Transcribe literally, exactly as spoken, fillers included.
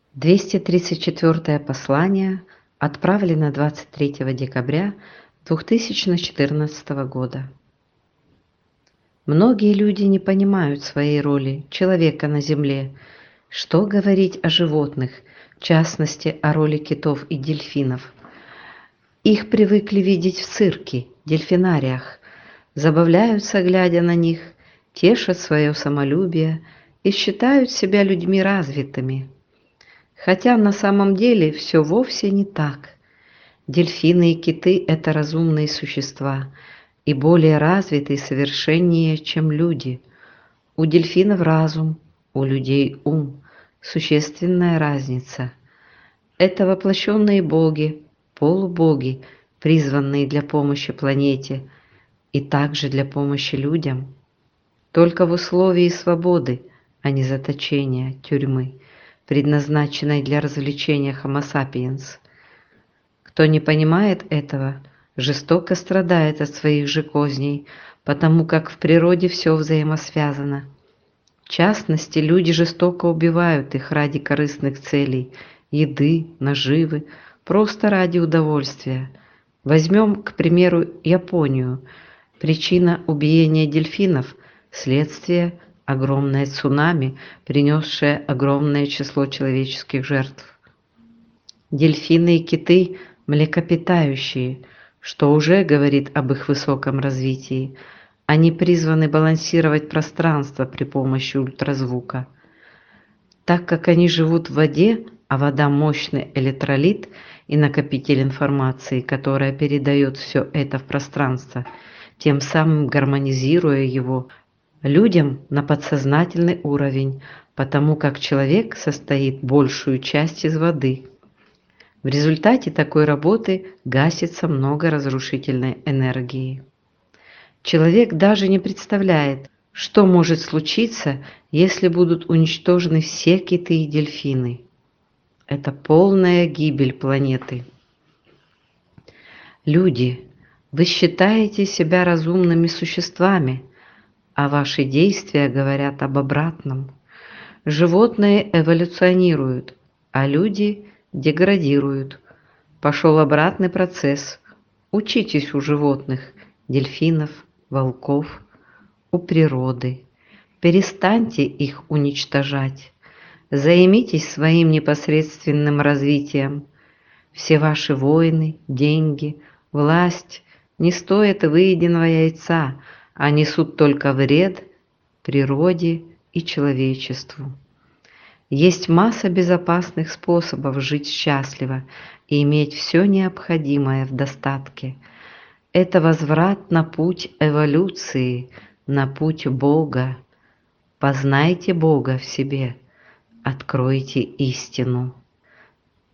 двести тридцать четвёртое послание отправлено двадцать третьего декабря две тысячи четырнадцатого года. Многие люди не понимают своей роли человека на Земле. Что говорить о животных, в частности о роли китов и дельфинов? Их привыкли видеть в цирке, дельфинариях, забавляются, глядя на них, тешат свое самолюбие и считают себя людьми развитыми. Хотя на самом деле все вовсе не так. Дельфины и киты – это разумные существа и более развитые и совершеннее, чем люди. У дельфинов разум, у людей ум, существенная разница. Это воплощенные боги, полубоги, призванные для помощи планете и также для помощи людям. Только в условии свободы, а не заточения, тюрьмы, предназначенной для развлечения Homo sapiens. Кто не понимает этого, жестоко страдает от своих же козней, потому как в природе все взаимосвязано. В частности, люди жестоко убивают их ради корыстных целей, еды, наживы, просто ради удовольствия. Возьмем, к примеру, Японию. Причина убиения дельфинов – следствие – огромное цунами, принесшее огромное число человеческих жертв. Дельфины и киты – млекопитающие, что уже говорит об их высоком развитии. Они призваны балансировать пространство при помощи ультразвука. Так как они живут в воде, а вода – мощный электролит и накопитель информации, которая передает все это в пространство, тем самым гармонизируя его, людям на подсознательный уровень, потому как человек состоит большую часть из воды. В результате такой работы гасится много разрушительной энергии. Человек даже не представляет, что может случиться, если будут уничтожены все киты и дельфины. Это полная гибель планеты. Люди, вы считаете себя разумными существами, а ваши действия говорят об обратном. Животные эволюционируют, а люди деградируют. Пошел обратный процесс. Учитесь у животных, дельфинов, волков, у природы. Перестаньте их уничтожать. Займитесь своим непосредственным развитием. Все ваши войны, деньги, власть не стоят выеденного яйца, а несут только вред природе и человечеству. Есть масса безопасных способов жить счастливо и иметь все необходимое в достатке. Это возврат на путь эволюции, на путь Бога. Познайте Бога в себе, откройте истину.